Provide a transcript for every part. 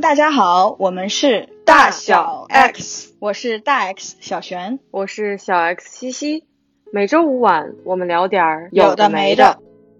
大家好，我们是大小 X， 我是大 X 小璇， 我是小 X 西西。每周五晚我们聊点有的没的。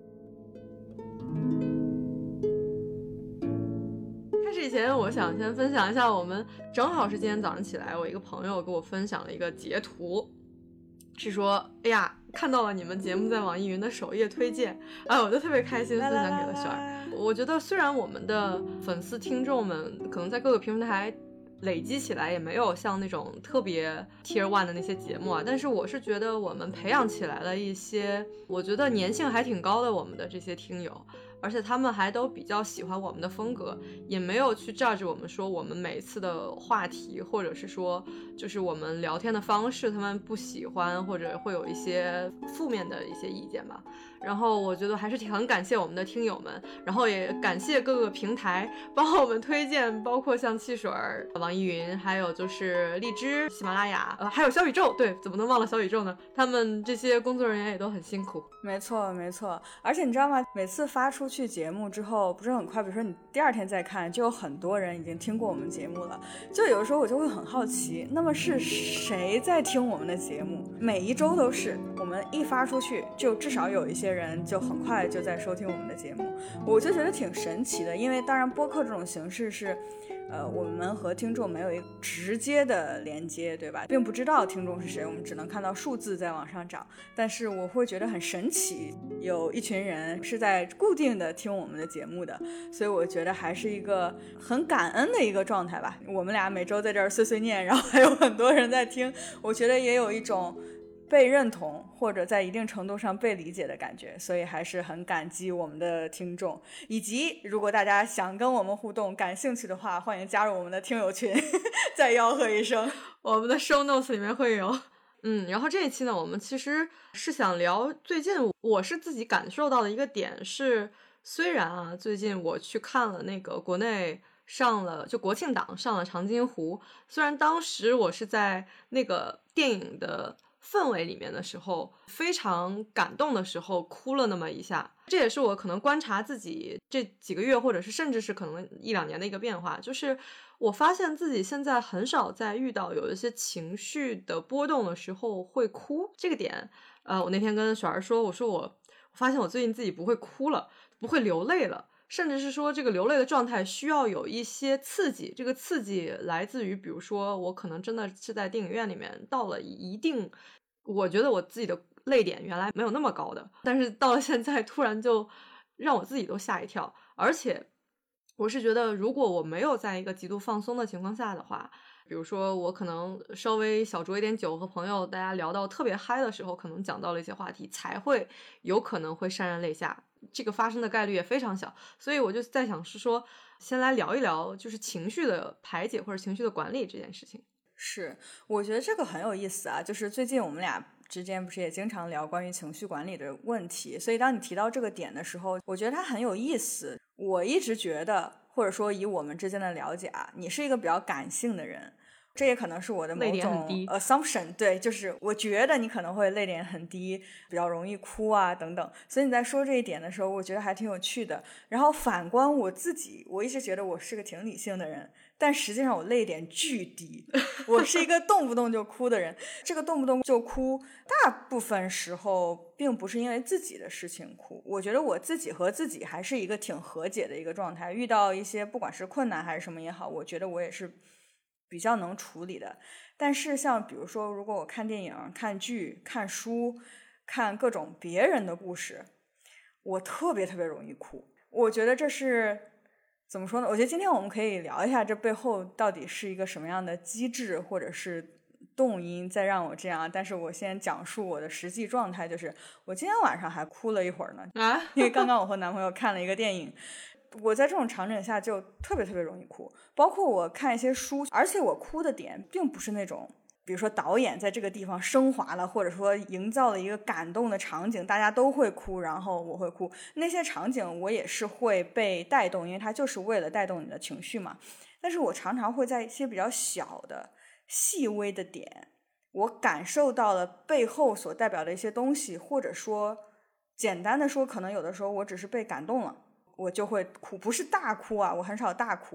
开始以前我想先分享一下，我们正好是今天早上起来，我一个朋友给我分享了一个截图，是说哎呀看到了你们节目在网易云的首页推荐，我就特别开心，分享给了璇儿。我觉得虽然我们的粉丝听众们可能在各个平台累积起来也没有像那种特别 Tier 1的那些节目啊，但是我是觉得我们培养起来了一些我觉得粘性还挺高的我们的这些听友，而且他们还都比较喜欢我们的风格，也没有去 judge 我们说我们每次的话题，或者是说就是我们聊天的方式他们不喜欢，或者会有一些负面的一些意见吧。然后我觉得还是很感谢我们的听友们，然后也感谢各个平台帮我们推荐，包括像汽水、网易云，还有就是荔枝、喜马拉雅，还有小宇宙。对，怎么能忘了小宇宙呢？他们这些工作人员也都很辛苦。 没错没错，而且你知道吗？每次发出去节目之后，不是很快，比如说你第二天再看，就有很多人已经听过我们节目了。就有的时候我就会很好奇，那么是谁在听我们的节目？每一周都是，我们一发出去，就至少有一些人就很快就在收听我们的节目，我就觉得挺神奇的。因为当然播客这种形式是我们和听众没有一个直接的连接，对吧？并不知道听众是谁，我们只能看到数字在往上涨。但是我会觉得很神奇，有一群人是在固定的听我们的节目的，所以我觉得还是一个很感恩的一个状态吧。我们俩每周在这儿碎碎念，然后还有很多人在听，我觉得也有一种被认同或者在一定程度上被理解的感觉，所以还是很感激我们的听众。以及如果大家想跟我们互动感兴趣的话，欢迎加入我们的听友群再吆喝一声， 我们的 show notes 里面会有。然后这一期呢，我们其实是想聊最近我是自己感受到的一个点是，虽然最近我去看了那个国内上了就国庆档上了长津湖，虽然当时我是在那个电影的氛围里面的时候非常感动的时候哭了那么一下，这也是我可能观察自己这几个月或者是甚至是可能1-2年的一个变化，就是我发现自己现在很少在遇到有一些情绪的波动的时候会哭。这个点我那天跟小儿说，我发现我最近自己不会哭了，不会流泪了，甚至是说这个流泪的状态需要有一些刺激，这个刺激来自于比如说我可能真的是在电影院里面到了一定，我觉得我自己的泪点原来没有那么高的，但是到了现在突然就让我自己都吓一跳。而且我是觉得如果我没有在一个极度放松的情况下的话，比如说我可能稍微小酌一点酒，和朋友大家聊到特别嗨的时候，可能讲到了一些话题，才会有可能会潸然泪下，这个发生的概率也非常小。所以我就在想是说先来聊一聊就是情绪的排解或者情绪的管理这件事情。 是，我觉得这个很有意思啊，就是最近我们俩之间不是也经常聊关于情绪管理的问题，所以当你提到这个点的时候，我觉得它很有意思。我一直觉得，或者说以我们之间的了解啊，你是一个比较感性的人，这也可能是我的某种 assumption， 对，就是我觉得你可能会泪点很低，比较容易哭啊等等，所以你在说这一点的时候，我觉得还挺有趣的。然后反观我自己，我一直觉得我是个挺理性的人，但实际上我泪点巨低，我是一个动不动就哭的人。这个动不动就哭大部分时候并不是因为自己的事情哭，我觉得我自己和自己还是一个挺和解的一个状态，遇到一些不管是困难还是什么也好，我觉得我也是比较能处理的。但是像比如说如果我看电影看剧看书看各种别人的故事，我特别特别容易哭。我觉得这是怎么说呢，我觉得今天我们可以聊一下这背后到底是一个什么样的机制或者是动因再让我这样。但是我先讲述我的实际状态，就是我今天晚上还哭了一会儿呢，因为刚刚我和男朋友看了一个电影。我在这种场景下就特别特别容易哭，包括我看一些书，而且我哭的点并不是那种比如说导演在这个地方升华了，或者说营造了一个感动的场景，大家都会哭，然后我会哭，那些场景我也是会被带动，因为它就是为了带动你的情绪嘛。但是我常常会在一些比较小的细微的点，我感受到了背后所代表的一些东西，或者说简单的说，可能有的时候我只是被感动了，我就会哭，不是大哭啊，我很少大哭，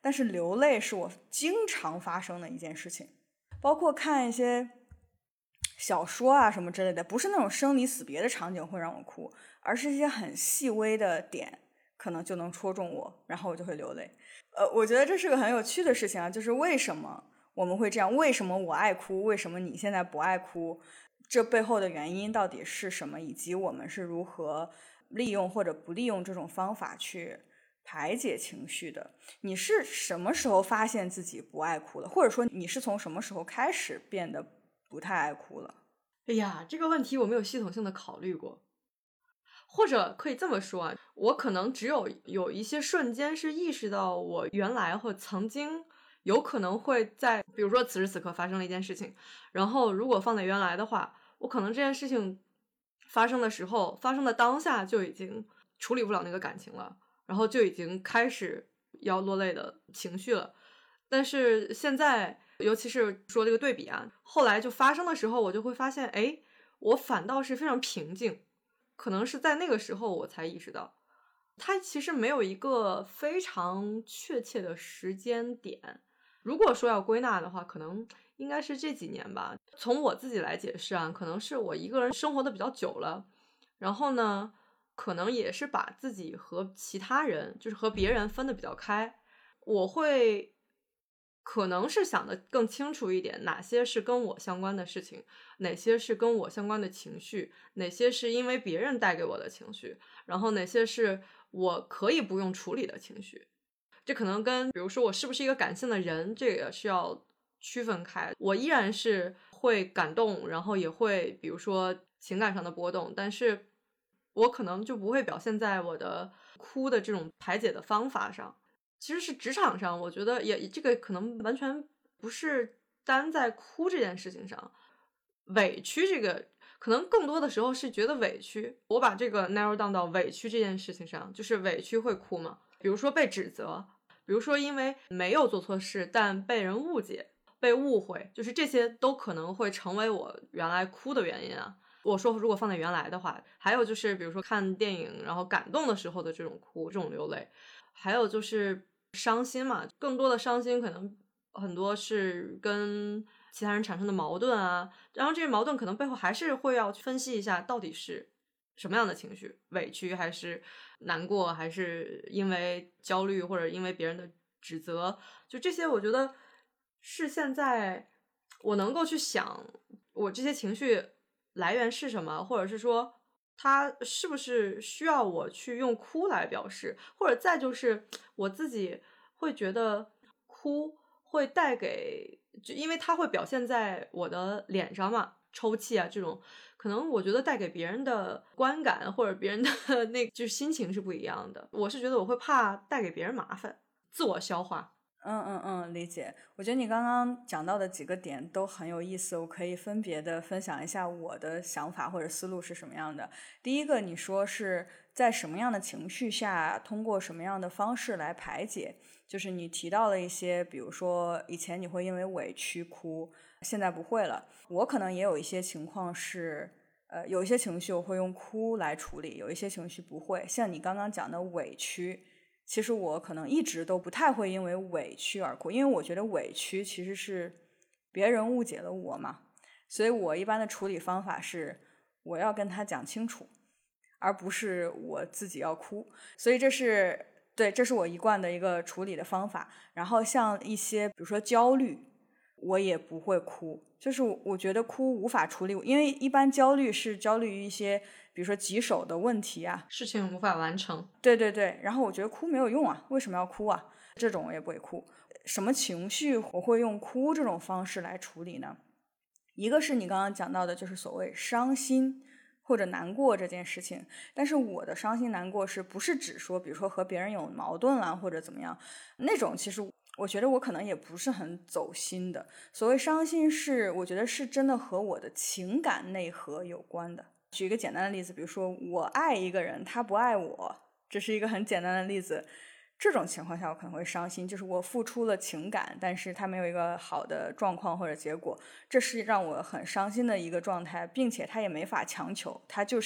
但是流泪是我经常发生的一件事情。包括看一些小说啊什么之类的，不是那种生离死别的场景会让我哭，而是一些很细微的点可能就能戳中我，然后我就会流泪。我觉得这是个很有趣的事情啊，就是为什么我们会这样，为什么我爱哭，为什么你现在不爱哭，这背后的原因到底是什么，以及我们是如何利用或者不利用这种方法去排解情绪的。你是什么时候发现自己不爱哭了，或者说你是从什么时候开始变得不太爱哭了？ 哎呀，这个问题我没有系统性的考虑过，或者可以这么说啊，我可能只有一些瞬间是意识到我原来或曾经有可能会在，比如说此时此刻发生了一件事情，然后如果放在原来的话，我可能这件事情发生的时候，发生的当下就已经处理不了那个感情了，然后就已经开始要落泪的情绪了。但是现在，尤其是说这个对比啊，后来就发生的时候，我就会发现，哎，我反倒是非常平静。可能是在那个时候我才意识到，它其实没有一个非常确切的时间点。如果说要归纳的话，可能应该是这几年吧。从我自己来解释啊，可能是我一个人生活的比较久了，然后呢，可能也是把自己和其他人，就是和别人分得比较开。我会可能是想得更清楚一点，哪些是跟我相关的事情，哪些是跟我相关的情绪，哪些是因为别人带给我的情绪，然后哪些是我可以不用处理的情绪。这可能跟比如说我是不是一个感性的人，这个是要区分开。我依然是会感动，然后也会比如说情感上的波动，但是我可能就不会表现在我的哭的这种排解的方法上。其实是职场上，我觉得也这个可能完全不是单在哭这件事情上，委屈这个可能更多的时候是觉得委屈。我把这个 narrow down 到委屈这件事情上，就是委屈会哭嘛。比如说被指责，比如说因为没有做错事但被人误解、被误会，就是这些都可能会成为我原来哭的原因啊。我说如果放在原来的话，还有就是比如说看电影然后感动的时候的这种哭、这种流泪，还有就是伤心嘛，更多的伤心可能很多是跟其他人产生的矛盾啊，然后这些矛盾可能背后还是会要分析一下到底是什么样的情绪，委屈还是难过，还是因为焦虑或者因为别人的指责，就这些我觉得是现在我能够去想我这些情绪来源是什么，或者是说它是不是需要我去用哭来表示，或者再就是我自己会觉得哭会带给，就因为它会表现在我的脸上嘛，抽泣啊这种，可能我觉得带给别人的观感或者别人的那就是心情是不一样的。我是觉得我会怕带给别人麻烦，自我消化。 理解。我觉得你刚刚讲到的几个点都很有意思，我可以分别的分享一下我的想法或者思路是什么样的。第一个，你说是在什么样的情绪下，通过什么样的方式来排解，就是你提到了一些，比如说以前你会因为委屈哭，现在不会了。我可能也有一些情况是，有一些情绪我会用哭来处理，有一些情绪不会。像你刚刚讲的委屈，其实我可能一直都不太会因为委屈而哭，因为我觉得委屈其实是别人误解了我嘛，所以我一般的处理方法是我要跟他讲清楚，而不是我自己要哭，所以这是我一贯的一个处理的方法。然后像一些比如说焦虑，我也不会哭，就是我觉得哭无法处理，因为一般焦虑是焦虑于一些比如说棘手的问题啊， 事情无法完成。 对对对，然后我觉得哭没有用啊，为什么要哭啊？这种我也不会哭。什么情绪我会用哭这种方式来处理呢？一个是你刚刚讲到的，就是所谓伤心或者难过这件事情。但是我的伤心难过是不是指说，比如说和别人有矛盾啦，或者怎么样，那种其实我觉得我可能也不是很走心的。所谓伤心是，我觉得是真的和我的情感内核有关的。举一个简单的例子，比如说我爱一个人，他不爱我，这是一个很简单的例子。这种情况下我可能会伤心，就是我付出了情感，但是他没有一个好的状况或者结果，这是让我很伤心的一个状态，并且他也没法强求，他就是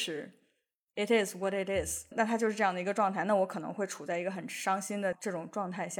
it is what it is， 那他就是这样的一个状态，那我可能会处在一个很伤心的这种状态下，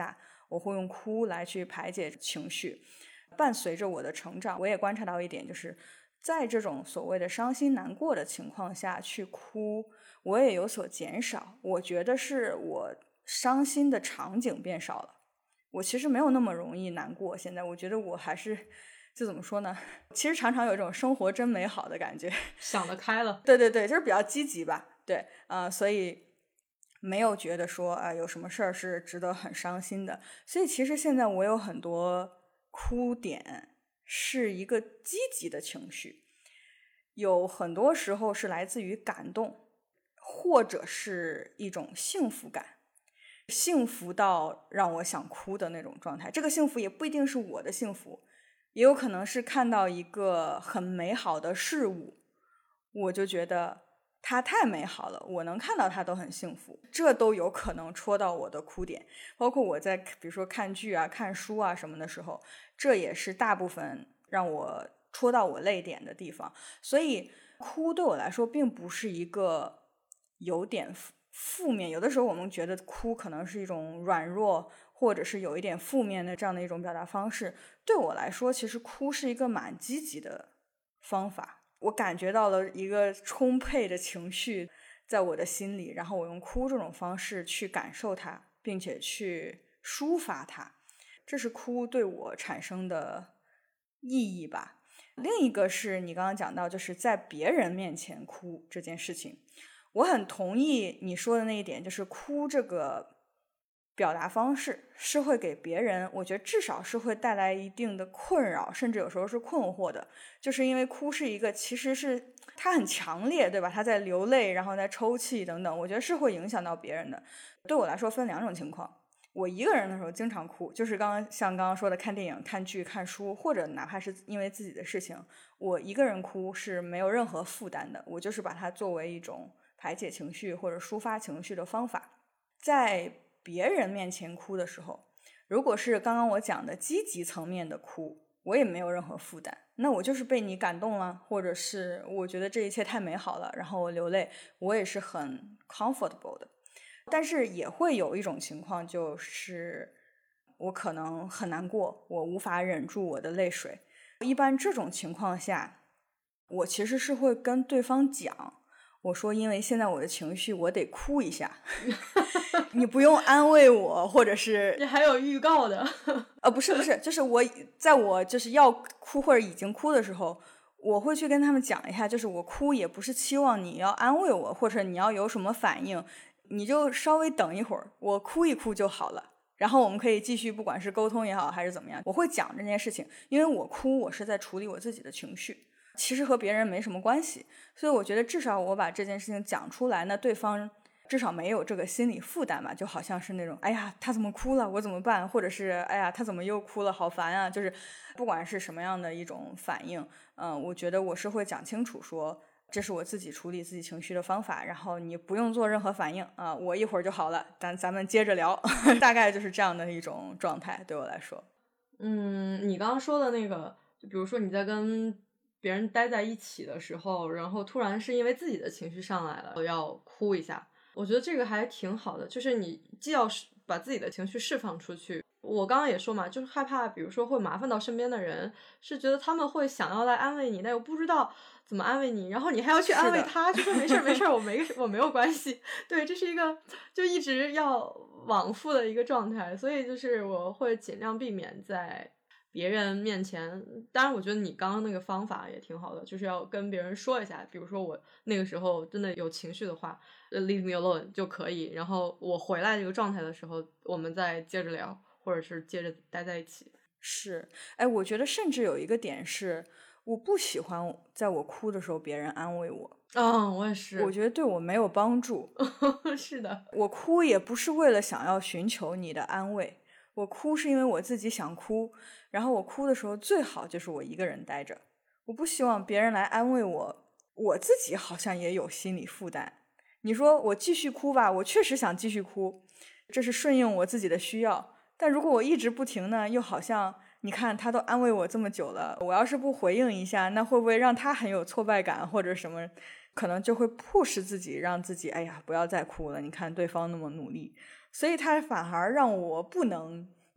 我会用哭来去排解情绪。伴随着我的成长，我也观察到一点，就是在这种所谓的伤心难过的情况下去哭，我也有所减少。我觉得是我伤心的场景变少了，我其实没有那么容易难过。现在我觉得我还是就怎么说呢，其实常常有一种生活真美好的感觉， 想得开了。 对对对，就是比较积极吧。对，所以没有觉得说有什么事儿是值得很伤心的。所以其实现在我有很多哭点是一个积极的情绪，有很多时候是来自于感动，或者是一种幸福感，幸福到让我想哭的那种状态。这个幸福也不一定是我的幸福，也有可能是看到一个很美好的事物，我就觉得它太美好了，我能看到它都很幸福，这都有可能戳到我的哭点。包括我在比如说看剧啊、看书啊什么的时候，这也是大部分让我戳到我泪点的地方。所以哭对我来说并不是一个有点负面，有的时候我们觉得哭可能是一种软弱，或者是有一点负面的这样的一种表达方式。对我来说，其实哭是一个蛮积极的方法。我感觉到了一个充沛的情绪在我的心里，然后我用哭这种方式去感受它，并且去抒发它，这是哭对我产生的意义吧。另一个是你刚刚讲到，就是在别人面前哭这件事情，我很同意你说的那一点，就是哭这个表达方式是会给别人，我觉得至少是会带来一定的困扰，甚至有时候是困惑的。就是因为哭是一个其实是它很强烈，对吧？他在流泪，然后在抽泣等等，我觉得是会影响到别人的。对我来说分两种情况，我一个人的时候经常哭，就是像刚刚说的看电影、看剧、看书，或者哪怕是因为自己的事情，我一个人哭是没有任何负担的，我就是把它作为一种排解情绪或者抒发情绪的方法。在别人面前哭的时候，如果是刚刚我讲的积极层面的哭，我也没有任何负担，那我就是被你感动了，或者是我觉得这一切太美好了，然后我流泪，我也是很 comfortable 的。但是也会有一种情况，就是我可能很难过，我无法忍住我的泪水。一般这种情况下，我其实是会跟对方讲，我说因为现在我的情绪我得哭一下你不用安慰我，或者是你还有预告的不是，就是在我就是要哭或者已经哭的时候，我会去跟他们讲一下，就是我哭也不是期望你要安慰我，或者你要有什么反应，你就稍微等一会儿，我哭一哭就好了，然后我们可以继续，不管是沟通也好还是怎么样，我会讲这件事情。因为我哭我是在处理我自己的情绪，其实和别人没什么关系，所以我觉得至少我把这件事情讲出来，那对方至少没有这个心理负担吧，就好像是那种哎呀他怎么哭了我怎么办，或者是哎呀他怎么又哭了好烦啊，就是不管是什么样的一种反应，我觉得我是会讲清楚说这是我自己处理自己情绪的方法，然后你不用做任何反应啊，我一会儿就好了，咱们接着聊大概就是这样的一种状态对我来说。 你刚刚说的那个，就比如说你在跟别人待在一起的时候，然后突然是因为自己的情绪上来了要哭一下，我觉得这个还挺好的，就是你既要把自己的情绪释放出去，我刚刚也说嘛，就是害怕比如说会麻烦到身边的人，是觉得他们会想要来安慰你，但又不知道怎么安慰你，然后你还要去安慰他，就说没事我没有关系。对，这是一个就一直要往复的一个状态，所以就是我会尽量避免在别人面前，当然我觉得你刚刚那个方法也挺好的，就是要跟别人说一下，比如说我那个时候真的有情绪的话leave me alone 就可以，然后我回来这个状态的时候我们再接着聊，或者是接着待在一起。 是，我觉得甚至有一个点是我不喜欢在我哭的时候别人安慰我。 我也是， 我觉得对我没有帮助是的， 我哭也不是为了想要寻求你的安慰，我哭是因为我自己想哭，然后我哭的时候最好就是我一个人待着，我不希望别人来安慰我，我自己好像也有心理负担。你说我继续哭吧，我确实想继续哭，这是顺应我自己的需要，但如果我一直不停呢，又好像你看他都安慰我这么久了，我要是不回应一下，那会不会让他很有挫败感或者什么，可能就会push自己，让自己哎呀不要再哭了，你看对方那么努力，所以他反而让我不能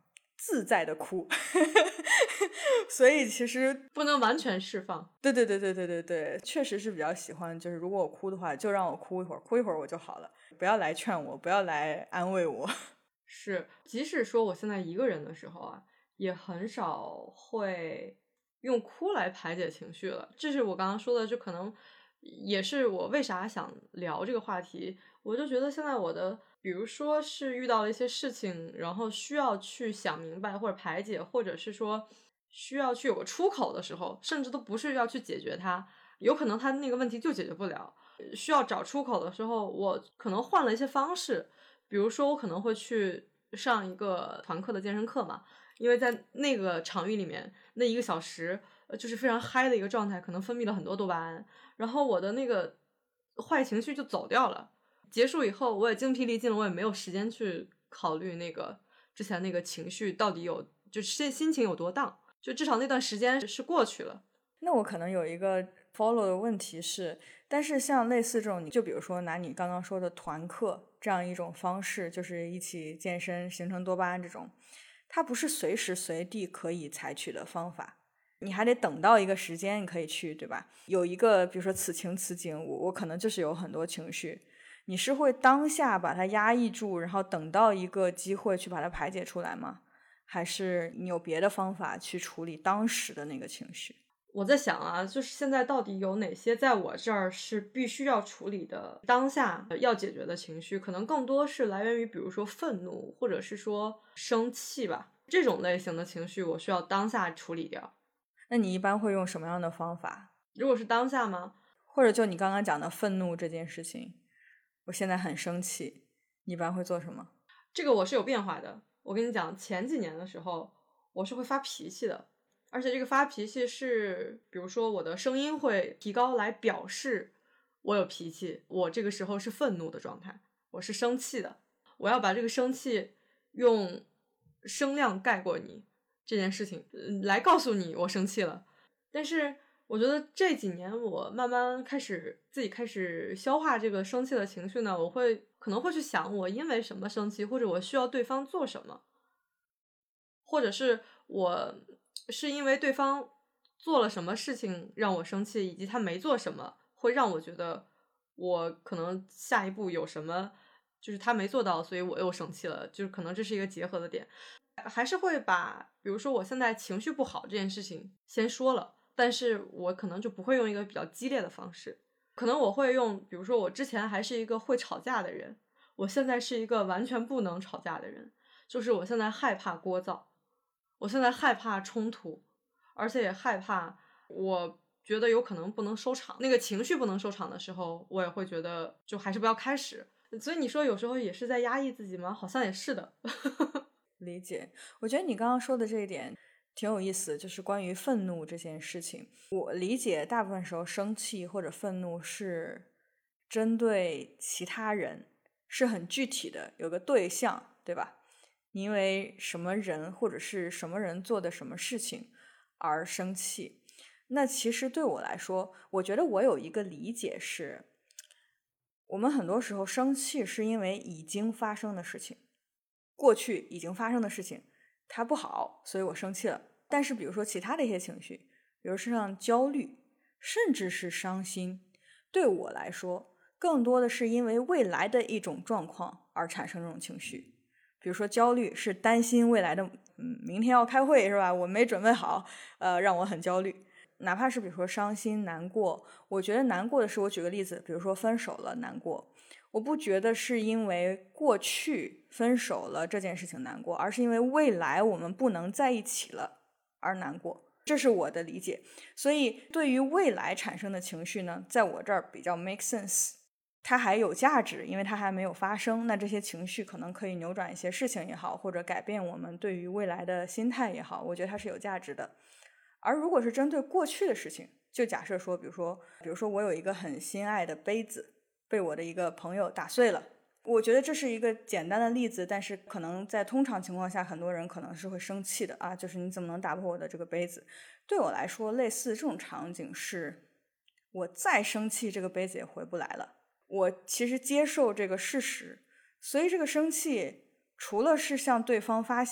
自在的哭所以其实不能完全释放。 对，确实是比较喜欢，就是如果我哭的话就让我哭一会儿，哭一会儿我就好了，不要来劝我，不要来安慰我。 是，即使说我现在一个人的时候啊，也很少会用哭来排解情绪了。这是我刚刚说的，就可能也是我为啥想聊这个话题。我就觉得现在我的，比如说是遇到了一些事情，然后需要去想明白或者排解，或者是说需要去有个出口的时候，甚至都不是要去解决它，有可能它那个问题就解决不了，需要找出口的时候，我可能换了一些方式。比如说我可能会去上一个团课的健身课嘛，因为在那个场域里面那1个小时就是非常嗨的一个状态，可能分泌了很多多巴胺，然后我的那个坏情绪就走掉了。结束以后我也精疲力尽了，我也没有时间去考虑那个之前那个情绪到底有就是心情有多荡，就至少那段时间是过去了。 那我可能有一个 follow 的问题是，但是像类似这种，就比如说拿你刚刚说的团课这样一种方式，就是一起健身形成多巴胺这种，它不是随时随地可以采取的方法，你还得等到一个时间你可以去，对吧？有一个比如说此情此景，我可能就是有很多情绪，你是会当下把它压抑住，然后等到一个机会去把它排解出来吗？还是你有别的方法去处理当时的那个情绪？ 我在想啊，就是现在到底有哪些在我这儿是必须要处理的当下要解决的情绪，可能更多是来源于比如说愤怒或者是说生气吧，这种类型的情绪我需要当下处理掉。 那你一般会用什么样的方法？ 如果是当下吗？ 或者就你刚刚讲的愤怒这件事情，我现在很生气，你一般会做什么？ 这个我是有变化的。我跟你讲，前几年的时候我是会发脾气的，而且这个发脾气是比如说我的声音会提高来表示我有脾气，我这个时候是愤怒的状态，我是生气的，我要把这个生气用声量盖过你这件事情来告诉你我生气了。但是我觉得这几年我慢慢自己开始消化这个生气的情绪呢，我可能会去想我因为什么生气，或者我需要对方做什么，或者是我是因为对方做了什么事情让我生气，以及他没做什么会让我觉得我可能下一步有什么就是他没做到，所以我又生气了，就是可能这是一个结合的点。还是会把比如说我现在情绪不好这件事情先说了，但是我可能就不会用一个比较激烈的方式，可能我会用比如说我之前还是一个会吵架的人，我现在是一个完全不能吵架的人，就是我现在害怕聒噪，我现在害怕冲突，而且也害怕我觉得有可能不能收场，那个情绪不能收场的时候，我也会觉得就还是不要开始。所以你说有时候也是在压抑自己吗？好像也是的。 理解，我觉得你刚刚说的这一点挺有意思，就是关于愤怒这件事情。我理解大部分时候生气或者愤怒是针对其他人，是很具体的，有个对象，对吧？你因为什么人或者是什么人做的什么事情而生气。那其实对我来说，我觉得我有一个理解是，我们很多时候生气是因为已经发生的事情。过去已经发生的事情它不好，所以我生气了。但是比如说其他的一些情绪，比如像焦虑甚至是伤心，对我来说更多的是因为未来的一种状况而产生这种情绪。比如说焦虑是担心未来的明天要开会是吧，我没准备好，让我很焦虑。哪怕是比如说伤心难过，我觉得难过的是，我举个例子，比如说分手了难过，我不觉得是因为过去分手了这件事情难过，而是因为未来我们不能在一起了而难过，这是我的理解。所以对于未来产生的情绪呢，在我这儿比较 make sense， 它还有价值，因为它还没有发生，那这些情绪可能可以扭转一些事情也好，或者改变我们对于未来的心态也好，我觉得它是有价值的。而如果是针对过去的事情，就假设说比如说我有一个很心爱的杯子被我的一个朋友打碎了，我觉得这是一个简单的例子，但是可能在通常情况下很多人可能是会生气的啊，就是你怎么能打破我的这个杯子。对我来说类似这种场景是我再生气这个杯子也回不来了，我其实接受这个事实，所以这个生气除了是向对方发泄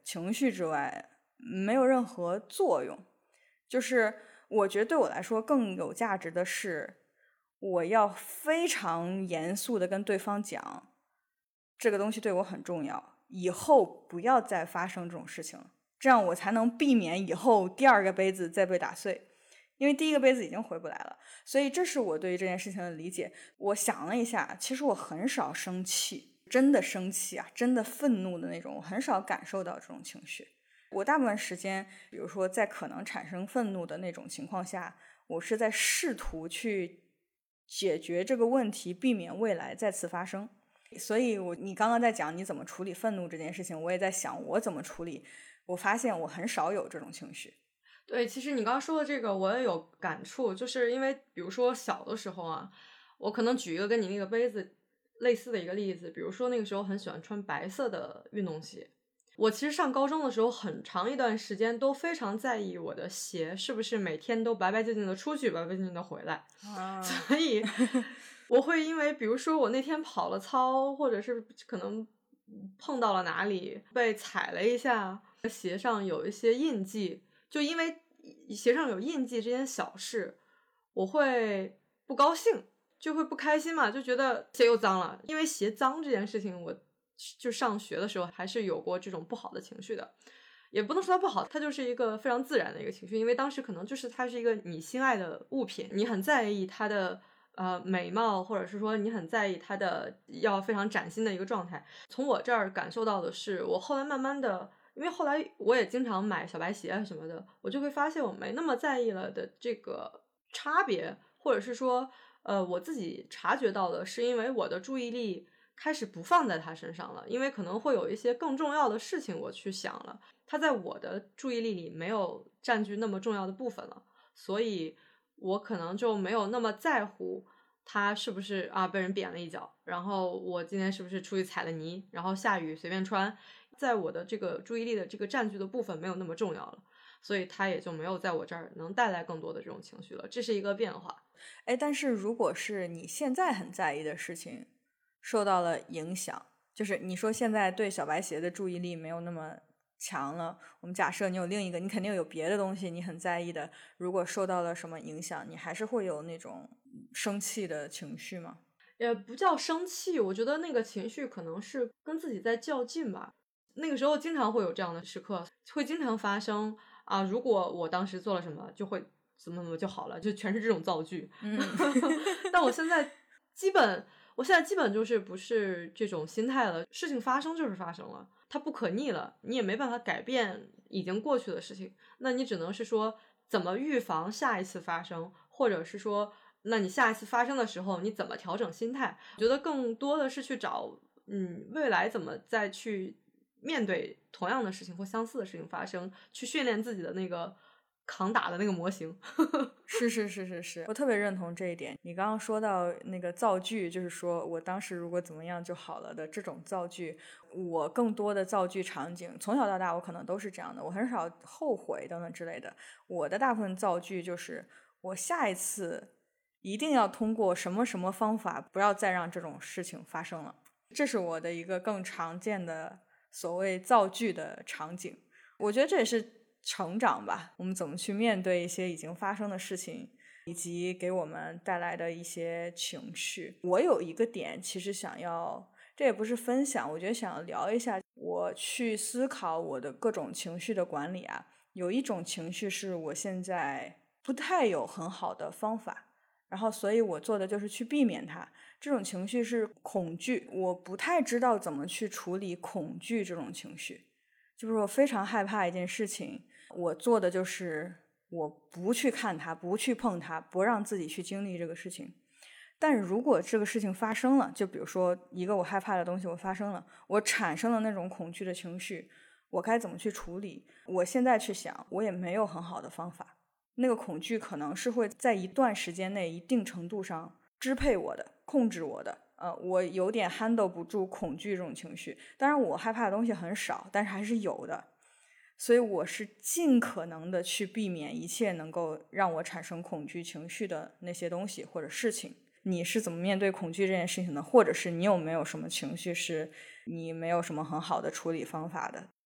情绪之外没有任何作用。就是我觉得对我来说更有价值的是，我要非常严肃的跟对方讲，这个东西对我很重要，以后不要再发生这种事情了，这样我才能避免以后第二个杯子再被打碎，因为第一个杯子已经回不来了。所以这是我对于这件事情的理解。我想了一下，其实我很少生气，真的生气啊，真的愤怒的那种，我很少感受到这种情绪。我大部分时间，比如说在可能产生愤怒的那种情况下，我是在试图去解决这个问题，避免未来再次发生。所以你刚刚在讲你怎么处理愤怒这件事情，我也在想我怎么处理。我发现我很少有这种情绪。 对，其实你刚刚说的这个我也有感触，就是因为比如说小的时候啊，我可能举一个跟你那个杯子类似的一个例子，比如说那个时候很喜欢穿白色的运动鞋。我其实上高中的时候很长一段时间都非常在意我的鞋是不是每天都白白净净的出去，白白净净的回来。所以我会因为比如说我那天跑了操，或者是可能碰到了哪里被踩了一下，鞋上有一些印记，就因为鞋上有印记这件小事，我会不高兴，就会不开心嘛，就觉得鞋又脏了。因为鞋脏这件事情，我就上学的时候还是有过这种不好的情绪的。也不能说它不好，它就是一个非常自然的一个情绪，因为当时可能就是它是一个你心爱的物品，你很在意它的美貌，或者是说你很在意它的要非常崭新的一个状态。从我这儿感受到的是，我后来慢慢的，因为后来我也经常买小白鞋什么的，我就会发现我没那么在意了的这个差别，或者是说我自己察觉到的是因为我的注意力开始不放在他身上了，因为可能会有一些更重要的事情我去想了，他在我的注意力里没有占据那么重要的部分了，所以我可能就没有那么在乎他是不是被人扁了一脚，然后我今天是不是出去踩了泥，然后下雨随便穿，在我的这个注意力的这个占据的部分没有那么重要了，所以他也就没有在我这儿能带来更多的这种情绪了，这是一个变化。 但是如果是你现在很在意的事情受到了影响，就是你说现在对小白鞋的注意力没有那么强了，我们假设你有另一个，你肯定有别的东西你很在意的，如果受到了什么影响，你还是会有那种生气的情绪吗？ 也不叫生气，我觉得那个情绪可能是跟自己在较劲吧。那个时候经常会有这样的时刻，会经常发生啊。如果我当时做了什么，就会怎么怎么就好了，就全是这种造句。但我现在基本就是不是这种心态了，事情发生就是发生了，它不可逆了，你也没办法改变已经过去的事情，那你只能是说怎么预防下一次发生，或者是说那你下一次发生的时候你怎么调整心态。我觉得更多的是去找未来怎么再去面对同样的事情或相似的事情发生，去训练自己的那个抗打的那个模型。 是，我特别认同这一点。你刚刚说到那个造句，就是说我当时如果怎么样就好了的这种造句，我更多的造句场景，从小到大我可能都是这样的，我很少后悔等等之类的。我的大部分造句就是我下一次一定要通过什么什么方法，不要再让这种事情发生了。这是我的一个更常见的所谓造句的场景。我觉得这也是成长吧，我们怎么去面对一些已经发生的事情，以及给我们带来的一些情绪。我有一个点其实想要，这也不是分享，我觉得想要聊一下，我去思考我的各种情绪的管理啊。有一种情绪是我现在不太有很好的方法，然后所以我做的就是去避免它。这种情绪是恐惧，我不太知道怎么去处理恐惧这种情绪。就是我非常害怕一件事情，我做的就是我不去看它，不去碰它，不让自己去经历这个事情。但如果这个事情发生了，就比如说一个我害怕的东西我发生了，我产生了那种恐惧的情绪，我该怎么去处理？我现在去想，我也没有很好的方法。那个恐惧可能是会在一段时间内一定程度上支配我的，控制我的。我有点 handle 不住恐惧这种情绪，当然我害怕的东西很少，但是还是有的，所以我是尽可能的去避免一切能够让我产生恐惧情绪的那些东西或者事情。你是怎么面对恐惧这件事情的？或者是你有没有什么情绪是你没有什么很好的处理方法的？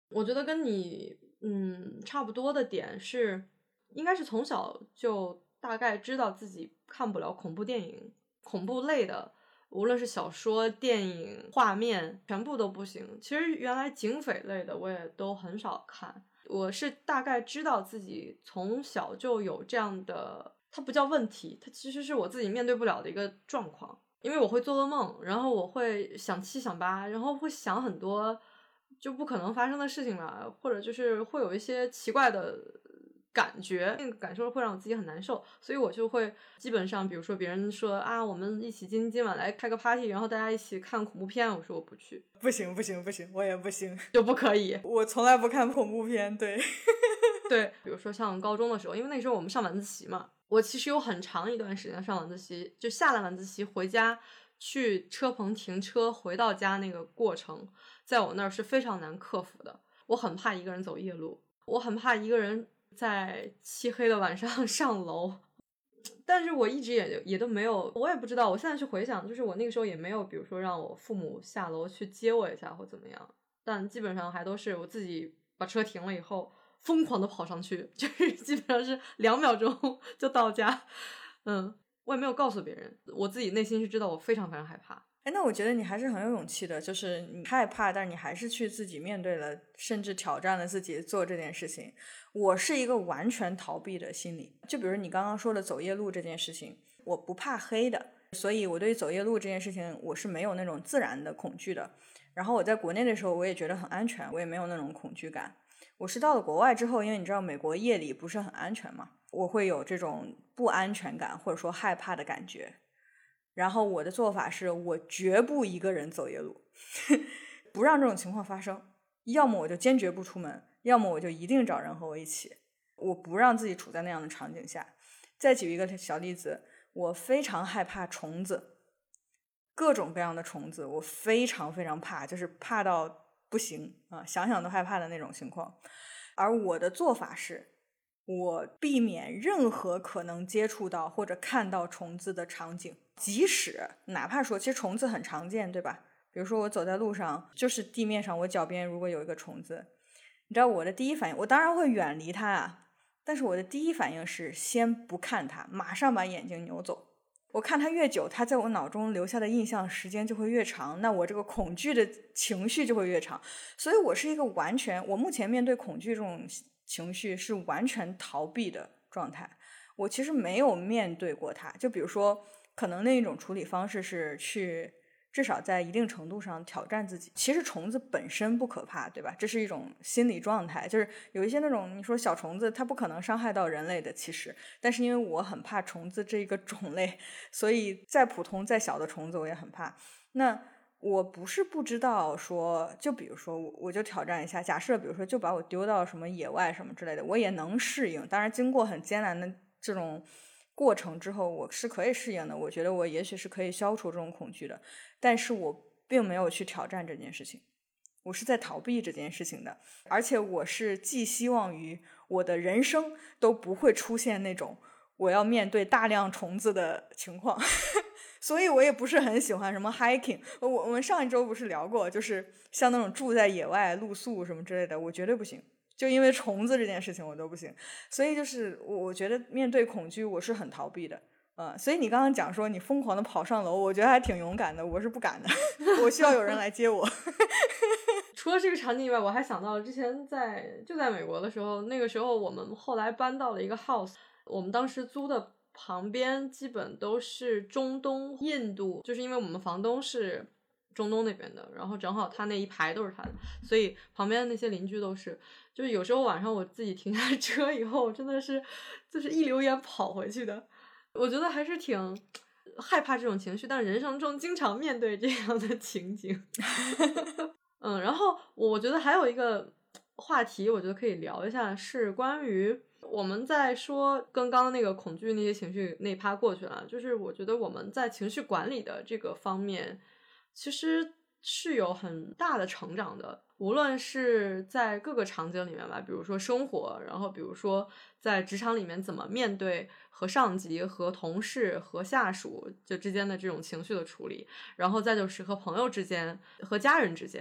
我觉得跟你差不多的点是，应该是从小就大概知道自己看不了恐怖电影，恐怖类的，无论是小说、电影、画面，全部都不行。其实原来警匪类的我也都很少看，我是大概知道自己从小就有这样的，它不叫问题，它其实是我自己面对不了的一个状况。因为我会做噩梦，然后我会想七想八，然后会想很多就不可能发生的事情吧，或者就是会有一些奇怪的感觉，那个感受会让我自己很难受，所以我就会基本上，比如说别人说啊，我们一起今晚来开个 party， 然后大家一起看恐怖片，我说我不去， 不行不行不行，我也不行， 就不可以。 我从来不看恐怖片，对对，比如说像高中的时候，因为那时候我们上晚自习嘛，我其实有很长一段时间上晚自习，就下了晚自习回家去车棚停车回到家那个过程，在我那儿是非常难克服的。我很怕一个人走夜路，我很怕一个人在漆黑的晚上上楼，但是我一直也都没有，我也不知道，我现在去回想，就是我那个时候也没有比如说让我父母下楼去接我一下或怎么样，但基本上还都是我自己把车停了以后疯狂的跑上去，就是基本上是2秒钟就到家。我也没有告诉别人，我自己内心是知道我非常非常害怕。 那我觉得你还是很有勇气的，就是你害怕，但是你还是去自己面对了，甚至挑战了自己做这件事情。我是一个完全逃避的心理，就比如你刚刚说的走夜路这件事情，我不怕黑的，所以我对于走夜路这件事情我是没有那种自然的恐惧的。然后我在国内的时候我也觉得很安全，我也没有那种恐惧感。我是到了国外之后，因为你知道美国夜里不是很安全嘛，我会有这种不安全感或者说害怕的感觉。然后我的做法是我绝不一个人走夜路不让这种情况发生，要么我就坚决不出门，要么我就一定找人和我一起，我不让自己处在那样的场景下。再举一个小例子，我非常害怕虫子，各种各样的虫子我非常非常怕，就是怕到不行啊，想想都害怕的那种情况。而我的做法是我避免任何可能接触到或者看到虫子的场景，即使哪怕说其实虫子很常见对吧，比如说我走在路上，就是地面上我脚边如果有一个虫子，你知道我的第一反应，我当然会远离它啊，但是我的第一反应是先不看它，马上把眼睛扭走。我看它越久，它在我脑中留下的印象时间就会越长，那我这个恐惧的情绪就会越长。所以我是一个完全，我目前面对恐惧这种情绪是完全逃避的状态，我其实没有面对过它。就比如说可能那一种处理方式是去至少在一定程度上挑战自己。其实虫子本身不可怕对吧，这是一种心理状态，就是有一些那种你说小虫子它不可能伤害到人类的，其实但是因为我很怕虫子这个种类，所以再普通再小的虫子我也很怕。那我不是不知道说，就比如说我就挑战一下，假设比如说就把我丢到什么野外什么之类的，我也能适应，当然经过很艰难的这种过程之后我是可以适应的，我觉得我也许是可以消除这种恐惧的，但是我并没有去挑战这件事情，我是在逃避这件事情的。而且我是寄希望于我的人生都不会出现那种我要面对大量虫子的情况所以我也不是很喜欢什么 hiking， 我们上一周不是聊过，就是像那种住在野外露宿什么之类的，我绝对不行，就因为虫子这件事情我都不行。所以就是我觉得面对恐惧我是很逃避的。所以你刚刚讲说你疯狂的跑上楼，我觉得还挺勇敢的，我是不敢的我需要有人来接我除了这个场景以外，我还想到之前就在美国的时候，那个时候我们后来搬到了一个 house， 我们当时租的旁边基本都是中东印度，就是因为我们房东是中东那边的，然后正好他那一排都是他的，所以旁边的那些邻居都是，就是有时候晚上我自己停下车以后真的是就是一溜烟跑回去的。我觉得还是挺害怕这种情绪，但人生中经常面对这样的情景然后我觉得还有一个话题我觉得可以聊一下，是关于我们在说跟刚刚那个恐惧那些情绪那趴过去了，就是我觉得我们在情绪管理的这个方面其实是有很大的成长的，无论是在各个场景里面吧，比如说生活，然后比如说在职场里面怎么面对和上级和同事和下属就之间的这种情绪的处理，然后再就是和朋友之间和家人之间，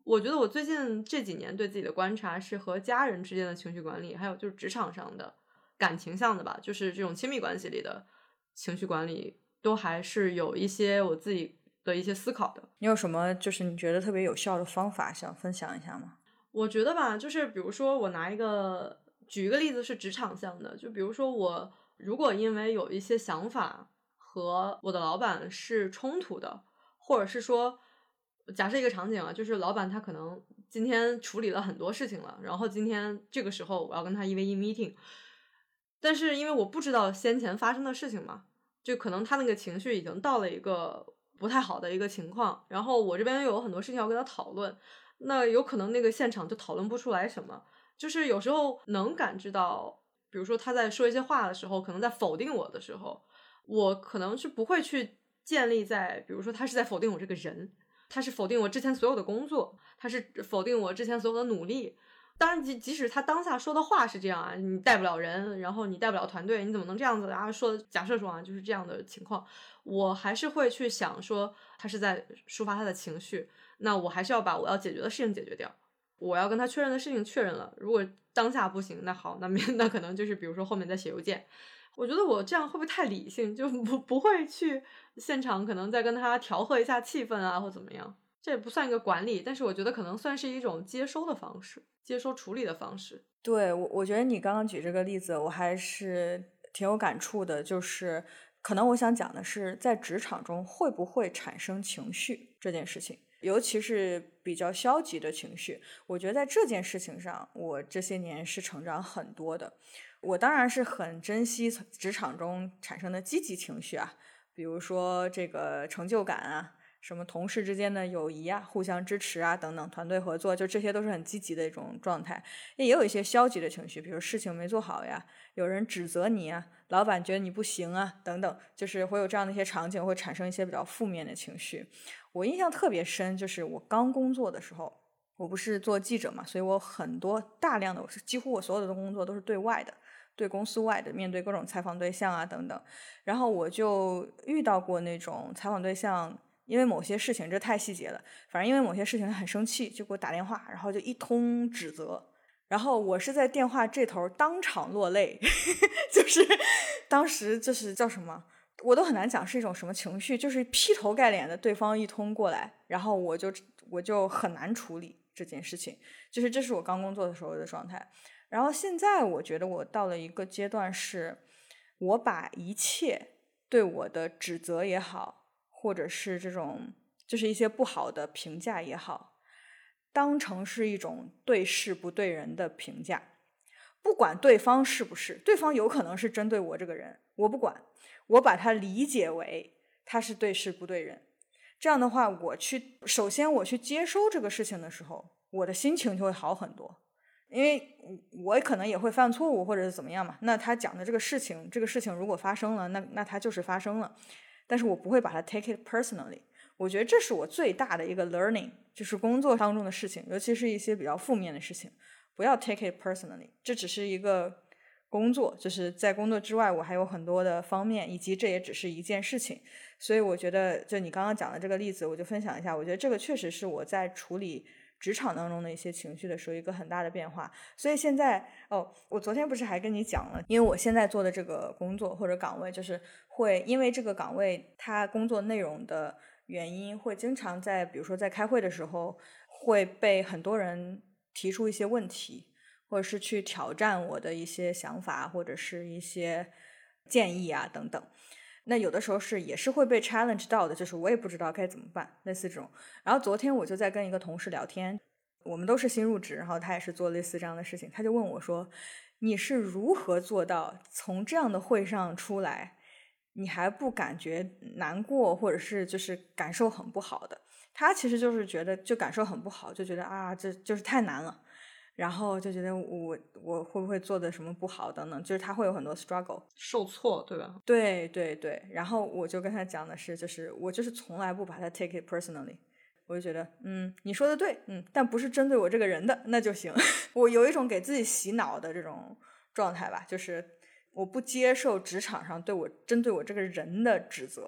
我觉得我最近这几年对自己的观察是和家人之间的情绪管理，还有就是职场上的感情上的吧，就是这种亲密关系里的情绪管理，都还是有一些我自己的一些思考的。 你有什么就是你觉得特别有效的方法想分享一下吗？ 我觉得吧，就是比如说我举一个例子是职场上的，就比如说我如果因为有一些想法和我的老板是冲突的，或者是说假设一个场景啊，就是老板他可能今天处理了很多事情了，然后今天这个时候我要跟他1v1 meeting，但是因为我不知道先前发生的事情嘛，就可能他那个情绪已经到了一个不太好的一个情况，然后我这边又有很多事情要跟他讨论，那有可能那个现场就讨论不出来什么。就是有时候能感知到，比如说他在说一些话的时候，可能在否定我的时候，我可能是不会去建立在，比如说他是在否定我这个人，他是否定我之前所有的工作，他是否定我之前所有的努力。当然即使他当下说的话是这样啊，你带不了人，然后你带不了团队，你怎么能这样子啊？假设说啊，就是这样的情况，我还是会去想说他是在抒发他的情绪，那我还是要把我要解决的事情解决掉。我要跟他确认的事情确认了，如果当下不行，那好，那可能就是比如说后面再写邮件。我觉得我这样会不会太理性，就不会去现场可能再跟他调和一下气氛啊，或怎么样。这也不算一个管理，但是我觉得可能算是一种接收的方式，接收处理的方式。 对，我觉得你刚刚举这个例子，我还是挺有感触的。就是可能我想讲的是，在职场中会不会产生情绪这件事情，尤其是比较消极的情绪。我觉得在这件事情上，我这些年是成长很多的。我当然是很珍惜职场中产生的积极情绪啊，比如说这个成就感啊，什么同事之间的友谊啊，互相支持啊等等，团队合作，就这些都是很积极的一种状态。也有一些消极的情绪，比如事情没做好呀，有人指责你啊，老板觉得你不行啊等等，就是会有这样的一些场景，会产生一些比较负面的情绪。我印象特别深，就是我刚工作的时候，我不是做记者嘛，所以我大量的几乎我所有的工作都是对外的，对公司外的，面对各种采访对象啊等等。然后我就遇到过那种采访对象，因为某些事情，这太细节了，反正因为某些事情他很生气，就给我打电话，然后就一通指责。然后我是在电话这头当场落泪，就是当时就是叫什么，我都很难讲是一种什么情绪，就是劈头盖脸的对方一通过来，然后我就很难处理这件事情，就是这是我刚工作的时候的状态。然后现在我觉得我到了一个阶段，是我把一切对我的指责也好，或者是这种就是一些不好的评价也好，当成是一种对事不对人的评价。不管对方是不是，对方有可能是针对我这个人，我不管，我把它理解为他是对事不对人。这样的话，首先我去接收这个事情的时候，我的心情就会好很多。因为我可能也会犯错误或者是怎么样嘛，那他讲的这个事情如果发生了，那它就是发生了，但是我不会把它 take it personally。我觉得这是我最大的一个 learning， 就是工作当中的事情，尤其是一些比较负面的事情，不要 take it personally。这只是一个工作，就是在工作之外，我还有很多的方面，以及这也只是一件事情。所以我觉得，就你刚刚讲的这个例子，我就分享一下。我觉得这个确实是我在处理职场当中的一些情绪的时候一个很大的变化。所以现在我昨天不是还跟你讲了，因为我现在做的这个工作或者岗位，就是会因为这个岗位它工作内容的原因，会经常在比如说在开会的时候会被很多人提出一些问题，或者是去挑战我的一些想法或者是一些建议啊等等。那有的时候也是会被 challenge 到的，就是我也不知道该怎么办，类似这种。然后昨天我就在跟一个同事聊天，我们都是新入职，然后他也是做类似这样的事情，他就问我说，你是如何做到从这样的会上出来，你还不感觉难过，或者是就是感受很不好的？他其实就是觉得就感受很不好，就觉得啊这就是太难了，然后就觉得我会不会做的什么不好等等，就是他会有很多 struggle 受挫，对吧？ 对对对，然后我就跟他讲的是，就是我就是从来不把它 take it personally， 我就觉得你说的对，但不是针对我这个人的那就行。我有一种给自己洗脑的这种状态吧，就是我不接受职场上针对我这个人的指责，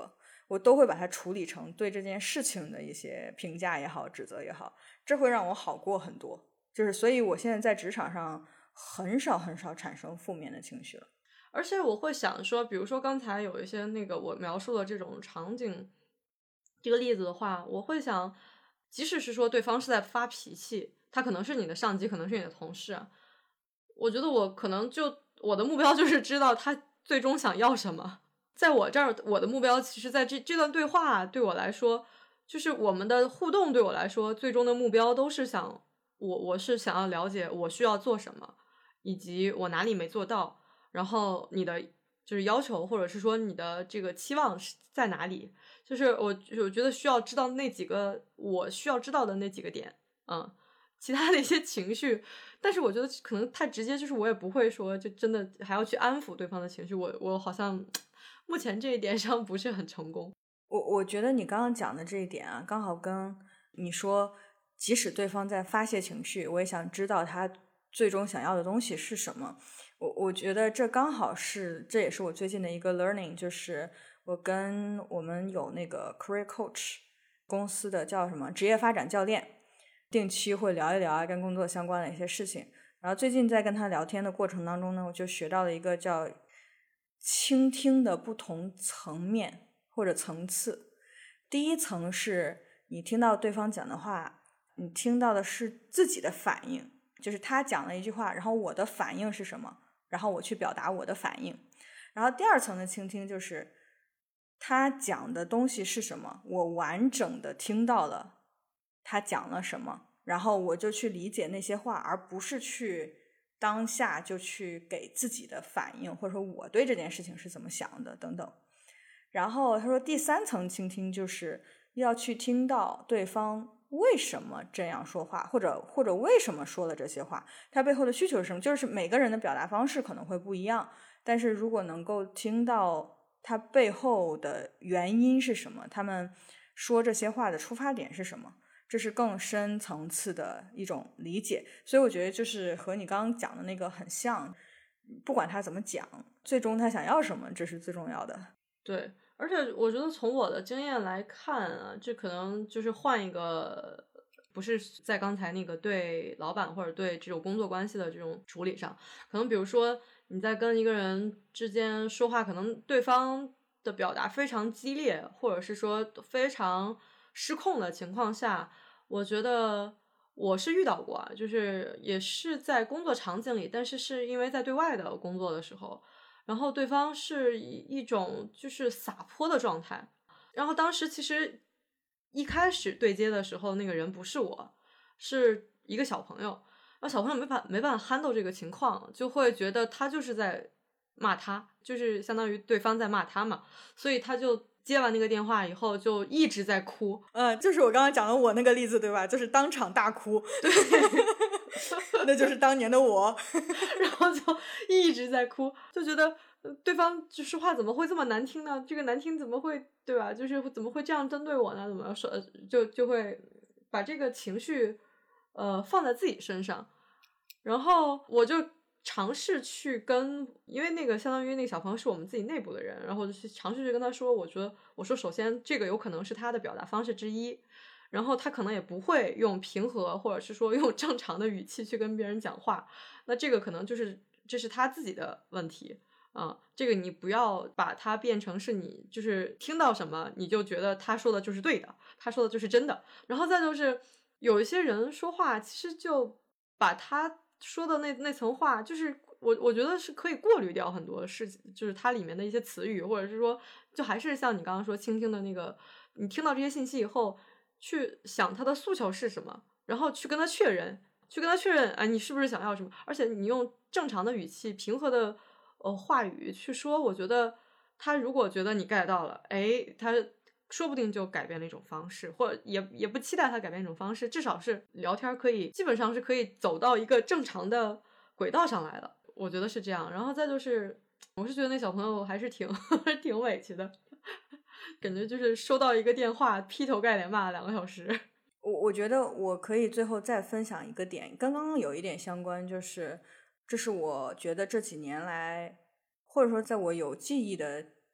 我都会把它处理成对这件事情的一些评价也好，指责也好，这会让我好过很多。就是所以我现在在职场上很少产生负面的情绪了。 而且我会想说，比如说刚才有一些那个我描述的这种场景这个例子的话，我会想即使是说对方是在发脾气，他可能是你的上级，可能是你的同事，我觉得我可能我的目标就是知道他最终想要什么。在我这儿，我的目标其实在这段对话对我来说，就是我们的互动对我来说，最终的目标都是我是想要了解我需要做什么，以及我哪里没做到，然后你的就是要求或者是说你的这个期望是在哪里，就是我觉得需要知道那几个我需要知道的那几个点，其他的一些情绪，但是我觉得可能太直接，就是我也不会说就真的还要去安抚对方的情绪，我好像目前这一点上不是很成功。 我觉得你刚刚讲的这一点啊，刚好跟你说，即使对方在发泄情绪，我也想知道他最终想要的东西是什么。我觉得这刚好这也是我最近的一个 learning， 就是我们有那个 career coach 公司的叫什么职业发展教练，定期会聊一聊跟工作相关的一些事情。然后最近在跟他聊天的过程当中呢，我就学到了一个叫倾听的不同层面或者层次。第一层是你听到对方讲的话，你听到的是自己的反应，就是他讲了一句话，然后我的反应是什么，然后我去表达我的反应。然后第二层的倾听就是他讲的东西是什么，我完整的听到了他讲了什么，然后我就去理解那些话，而不是去当下就去给自己的反应，或者说我对这件事情是怎么想的等等。然后他说第三层倾听就是要去听到对方为什么这样说话，或者为什么说了这些话，他背后的需求是什么。就是每个人的表达方式可能会不一样，但是如果能够听到他背后的原因是什么，他们说这些话的出发点是什么，这是更深层次的一种理解。所以我觉得就是和你刚刚讲的那个很像，不管他怎么讲，最终他想要什么，这是最重要的。 对，而且我觉得从我的经验来看啊，这可能就是换一个，不是在刚才那个对老板或者对这种工作关系的这种处理上，可能比如说你在跟一个人之间说话，可能对方的表达非常激烈，或者是说非常失控的情况下，我觉得我是遇到过啊，就是也是在工作场景里，但是因为在对外的工作的时候。然后对方是一种就是洒泼的状态，然后当时其实一开始对接的时候，那个人不是我，是一个小朋友，然后小朋友没办法 handle 这个情况，就会觉得他就是在骂他，就是相当于对方在骂他嘛，所以他就接完那个电话以后就一直在哭。 就是我刚刚讲的我那个例子对吧，就是当场大哭。对那就是当年的我。 然后就一直在哭，就觉得对方就说话怎么会这么难听呢？这个难听怎么会，对吧？就是怎么会这样针对我呢？怎么说就会把这个情绪放在自己身上，然后我就尝试去因为那个相当于那个小朋友是我们自己内部的人，然后我就去尝试去跟他说，我说首先这个有可能是他的表达方式之一，然后他可能也不会用平和或者是说用正常的语气去跟别人讲话，那这个可能这是他自己的问题啊，这个你不要把它变成是你就是听到什么你就觉得他说的就是对的，他说的就是真的，然后再就是有一些人说话其实就把他说的那层话，就是我觉得是可以过滤掉很多事情，就是它里面的一些词语，或者是说就还是像你刚刚说倾听的那个，你听到这些信息以后去想他的诉求是什么，然后去跟他确认，你是不是想要什么，而且你用正常的语气平和的话语去说，我觉得他如果觉得你 get 到了，他说不定就改变了一种方式，或者也不期待他改变一种方式，至少是聊天基本上是可以走到一个正常的轨道上来的，我觉得是这样。然后再就是我是觉得那小朋友还是挺挺委屈的，感觉就是收到一个电话劈头盖脸骂了2个小时。 我觉得我可以最后再分享一个点，刚刚有一点相关，就是这是我觉得这几年来，或者说在我有记忆的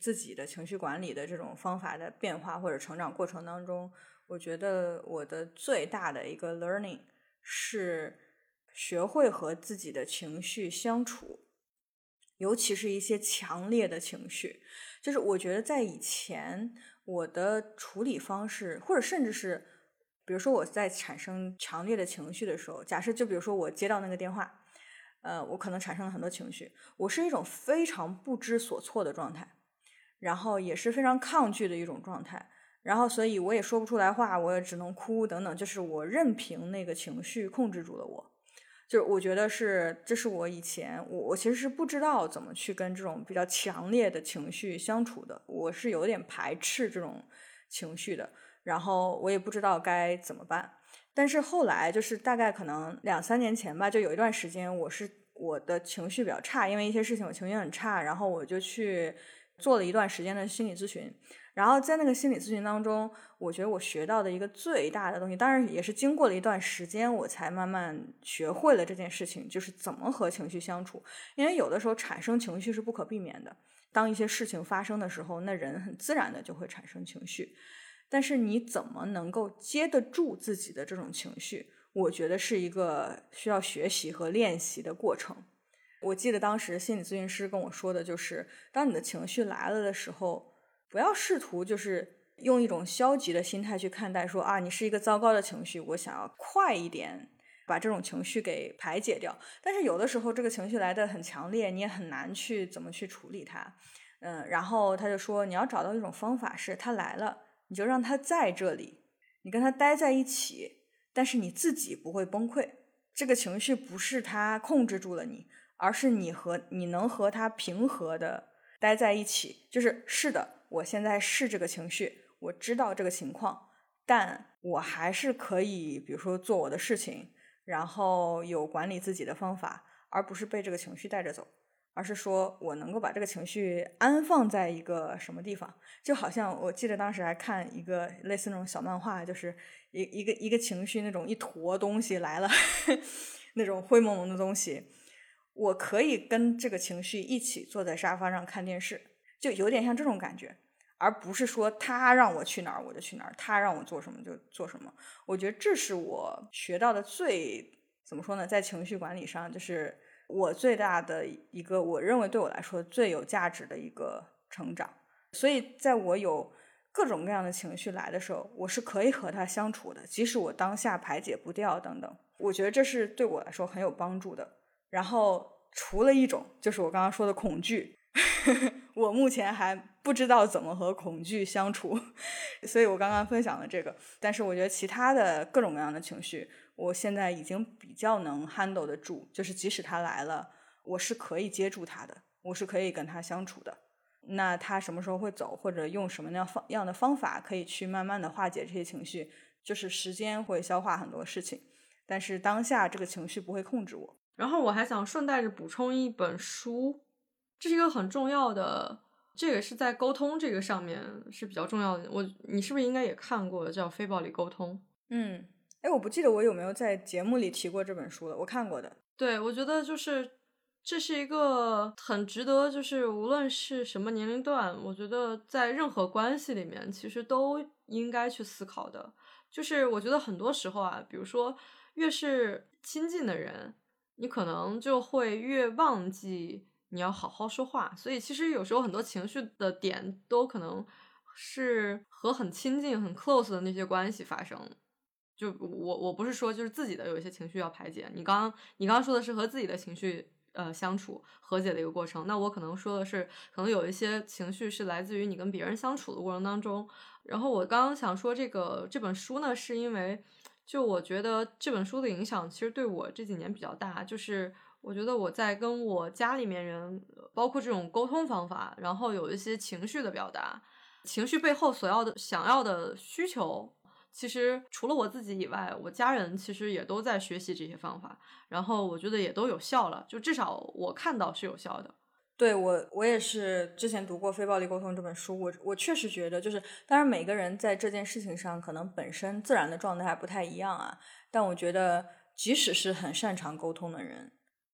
自己的情绪管理的这种方法的变化或者成长过程当中，我觉得我的最大的一个 learning 是学会和自己的情绪相处，尤其是一些强烈的情绪。就是我觉得在以前我的处理方式，或者甚至是比如说我在产生强烈的情绪的时候，假设就比如说我接到那个电话，我可能产生了很多情绪，我是一种非常不知所措的状态，然后也是非常抗拒的一种状态，然后所以我也说不出来话，我也只能哭等等，就是我任凭那个情绪控制住了我。就是我觉得这是我以前我其实是不知道怎么去跟这种比较强烈的情绪相处的，我是有点排斥这种情绪的，然后我也不知道该怎么办。但是后来就是大概可能2-3年前吧，就有一段时间我的情绪比较差，因为一些事情我情绪很差，然后我就去做了一段时间的心理咨询。然后在那个心理咨询当中，我觉得我学到的一个最大的东西，当然也是经过了一段时间我才慢慢学会了这件事情，就是怎么和情绪相处。因为有的时候产生情绪是不可避免的，当一些事情发生的时候，那人很自然的就会产生情绪，但是你怎么能够接得住自己的这种情绪，我觉得是一个需要学习和练习的过程。我记得当时心理咨询师跟我说的就是，当你的情绪来了的时候，不要试图就是用一种消极的心态去看待，说啊，你是一个糟糕的情绪，我想要快一点把这种情绪给排解掉。但是有的时候这个情绪来得很强烈，你也很难去怎么去处理它。然后他就说，你要找到一种方法，是它来了，你就让它在这里，你跟它待在一起，但是你自己不会崩溃。这个情绪不是它控制住了你，而是你能和它平和的待在一起。是的，我现在是这个情绪，我知道这个情况，但我还是可以比如说做我的事情，然后有管理自己的方法，而不是被这个情绪带着走，而是说我能够把这个情绪安放在一个什么地方。就好像我记得当时还看一个类似那种小漫画，就是一个情绪那种一坨东西来了那种灰蒙蒙的东西，我可以跟这个情绪一起坐在沙发上看电视，就有点像这种感觉，而不是说他让我去哪儿我就去哪儿，他让我做什么就做什么。我觉得这是我学到的怎么说呢，在情绪管理上，就是我最大的一个，我认为对我来说最有价值的一个成长。所以在我有各种各样的情绪来的时候，我是可以和他相处的，即使我当下排解不掉等等，我觉得这是对我来说很有帮助的。然后除了一种就是我刚刚说的恐惧我目前还不知道怎么和恐惧相处所以我刚刚分享了这个。但是我觉得其他的各种各样的情绪我现在已经比较能 handle 得住，就是即使它来了，我是可以接住它的，我是可以跟它相处的。那它什么时候会走，或者用什么样的方法可以去慢慢的化解这些情绪，就是时间会消化很多事情，但是当下这个情绪不会控制我。 然后我还想顺带着补充一本书，这是一个很重要的，这个是在沟通这个上面是比较重要的。你是不是应该也看过，叫《非暴力沟通》？ 我不记得我有没有在节目里提过这本书了，我看过的。 对，我觉得这是一个很值得，就是无论是什么年龄段，我觉得在任何关系里面其实都应该去思考的。就是我觉得很多时候啊，比如说越是亲近的人，你可能就会越忘记你要好好说话，所以其实有时候很多情绪的点都可能是和很亲近很 close 的那些关系发生。就我不是说就是自己的有一些情绪要排解，你刚刚说的是和自己的情绪相处和解的一个过程，那我可能说的是可能有一些情绪是来自于你跟别人相处的过程当中。然后我刚刚想说这本书呢，是因为就我觉得这本书的影响其实对我这几年比较大，就是我觉得我在跟我家里面人包括这种沟通方法，然后有一些情绪的表达，情绪背后想要的需求，其实除了我自己以外，我家人其实也都在学习这些方法，然后我觉得也都有效了，就至少我看到是有效的。 对，我也是之前读过《非暴力沟通》这本书，我确实觉得当然每个人在这件事情上可能本身自然的状态还不太一样啊，但我觉得即使是很擅长沟通的人，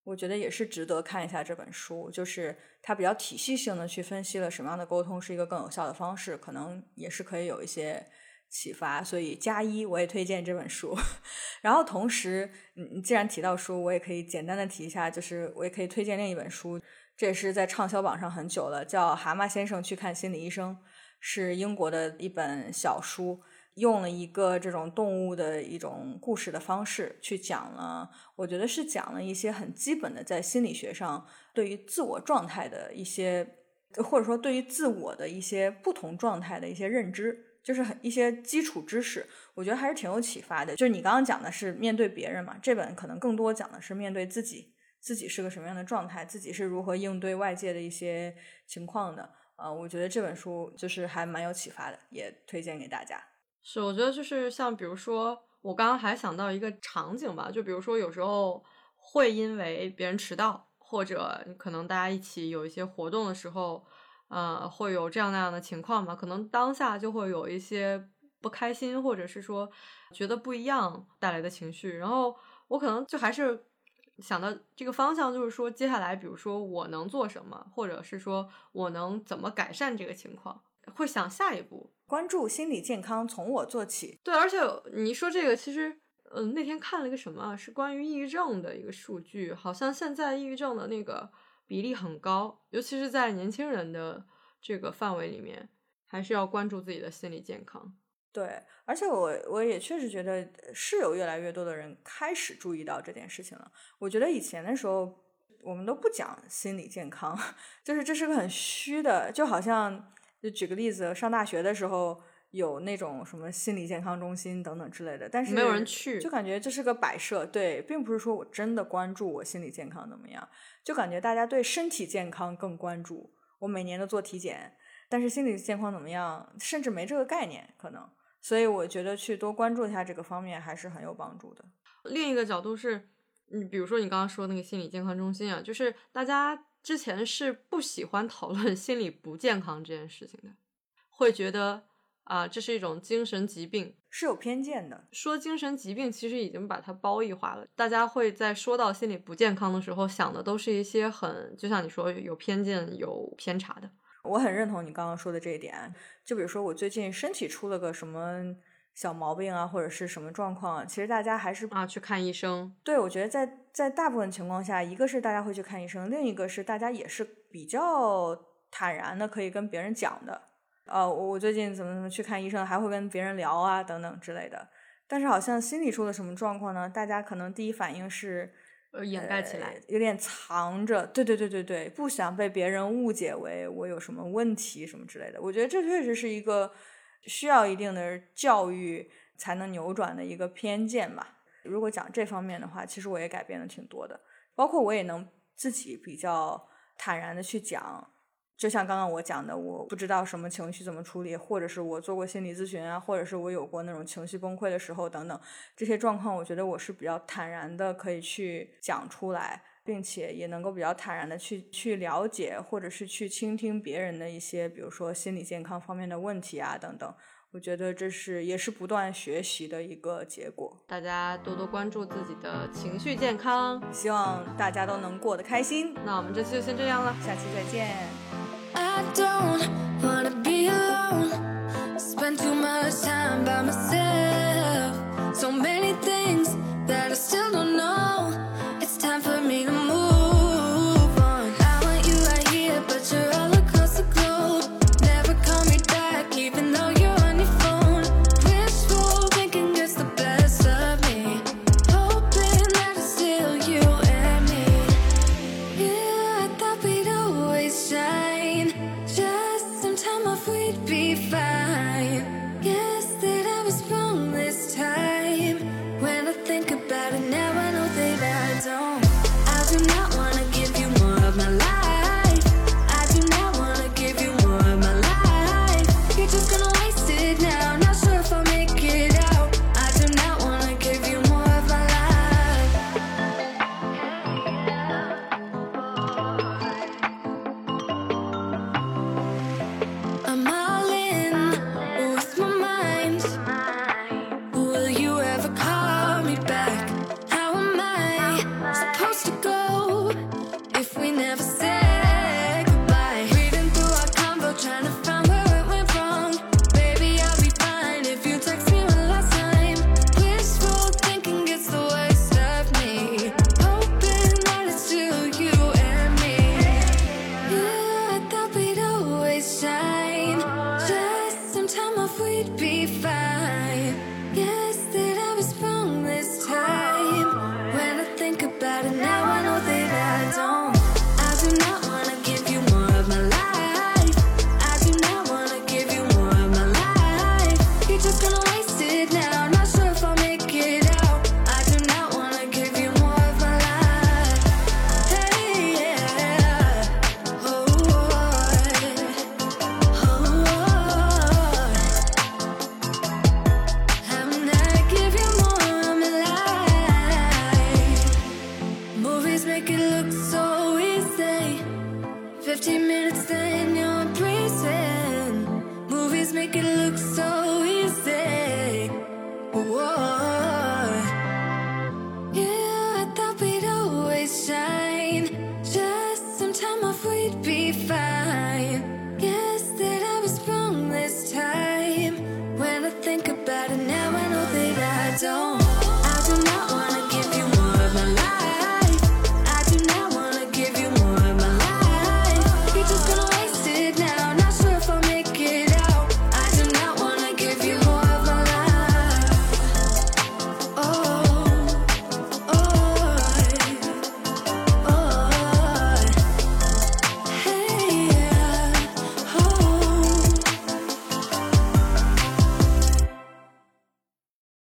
我觉得也是值得看一下这本书，就是它比较体系性的去分析了什么样的沟通是一个更有效的方式，可能也是可以有一些启发，所以+1我也推荐这本书。然后同时你既然提到书，我也可以简单的提一下，就是我也可以推荐另一本书，这也是在畅销榜上很久了，叫《蛤蟆先生去看心理医生》，是英国的一本小书，用了一个这种动物的一种故事的方式去讲了，我觉得是讲了一些很基本的在心理学上对于自我状态的一些，或者说对于自我的一些不同状态的一些认知，就是一些基础知识，我觉得还是挺有启发的。就是你刚刚讲的是面对别人嘛，这本可能更多讲的是面对自己，自己是个什么样的状态，自己是如何应对外界的一些情况的。我觉得这本书就是还蛮有启发的，也推荐给大家。 是，我觉得就是像比如说我刚刚还想到一个场景吧，就比如说有时候会因为别人迟到，或者可能大家一起有一些活动的时候会有这样那样的情况嘛，可能当下就会有一些不开心，或者是说觉得不一样带来的情绪，然后我可能就还是想到这个方向，就是说接下来比如说我能做什么，或者是说我能怎么改善这个情况，会想下一步。 关注心理健康从我做起。 对，而且你说这个其实那天看了一个什么是关于抑郁症的一个数据，好像现在抑郁症的那个比例很高，尤其是在年轻人的这个范围里面，还是要关注自己的心理健康。 对，而且我也确实觉得是有越来越多的人开始注意到这件事情了。我觉得以前的时候我们都不讲心理健康，就是这是个很虚的，就好像就举个例子，上大学的时候有那种什么心理健康中心等等之类的，但是没有人去， 就感觉这是个摆设。对，并不是说我真的关注我心理健康怎么样，就感觉大家对身体健康更关注，我每年都做体检，但是心理健康怎么样甚至没这个概念可能，所以我觉得去多关注一下这个方面还是很有帮助的。 另一个角度是比如说你刚刚说那个心理健康中心啊，就是大家之前是不喜欢讨论心理不健康这件事情的，会觉得这是一种精神疾病， 是有偏见的。 说精神疾病其实已经把它褒义化了，大家会在说到心理不健康的时候想的都是一些很就像你说有偏见有偏差的。 我很认同你刚刚说的这一点，就比如说我最近身体出了个什么小毛病啊，或者是什么状况，其实大家还是去看医生。 对，我觉得在大部分情况下，一个是大家会去看医生，另一个是大家也是比较坦然的可以跟别人讲的。我最近怎么去看医生，还会跟别人聊啊等等之类的。但是好像心理出了什么状况呢，大家可能第一反应是掩盖起来， 有点藏着。对，不想被别人误解为我有什么问题什么之类的。我觉得这确实是一个需要一定的教育才能扭转的一个偏见吧。如果讲这方面的话，其实我也改变了挺多的，包括我也能自己比较坦然的去讲，就像刚刚我讲的，我不知道什么情绪怎么处理，或者是我做过心理咨询啊，或者是我有过那种情绪崩溃的时候等等，这些状况我觉得我是比较坦然的可以去讲出来，并且也能够比较坦然的去了解，或者是去倾听别人的一些比如说心理健康方面的问题啊等等。我觉得这也是不断学习的一个结果。 大家多多关注自己的情绪健康， 希望大家都能过得开心。 那我们这期就先这样了， 下期再见。 I don't wanna be alone, spend too much time by myself.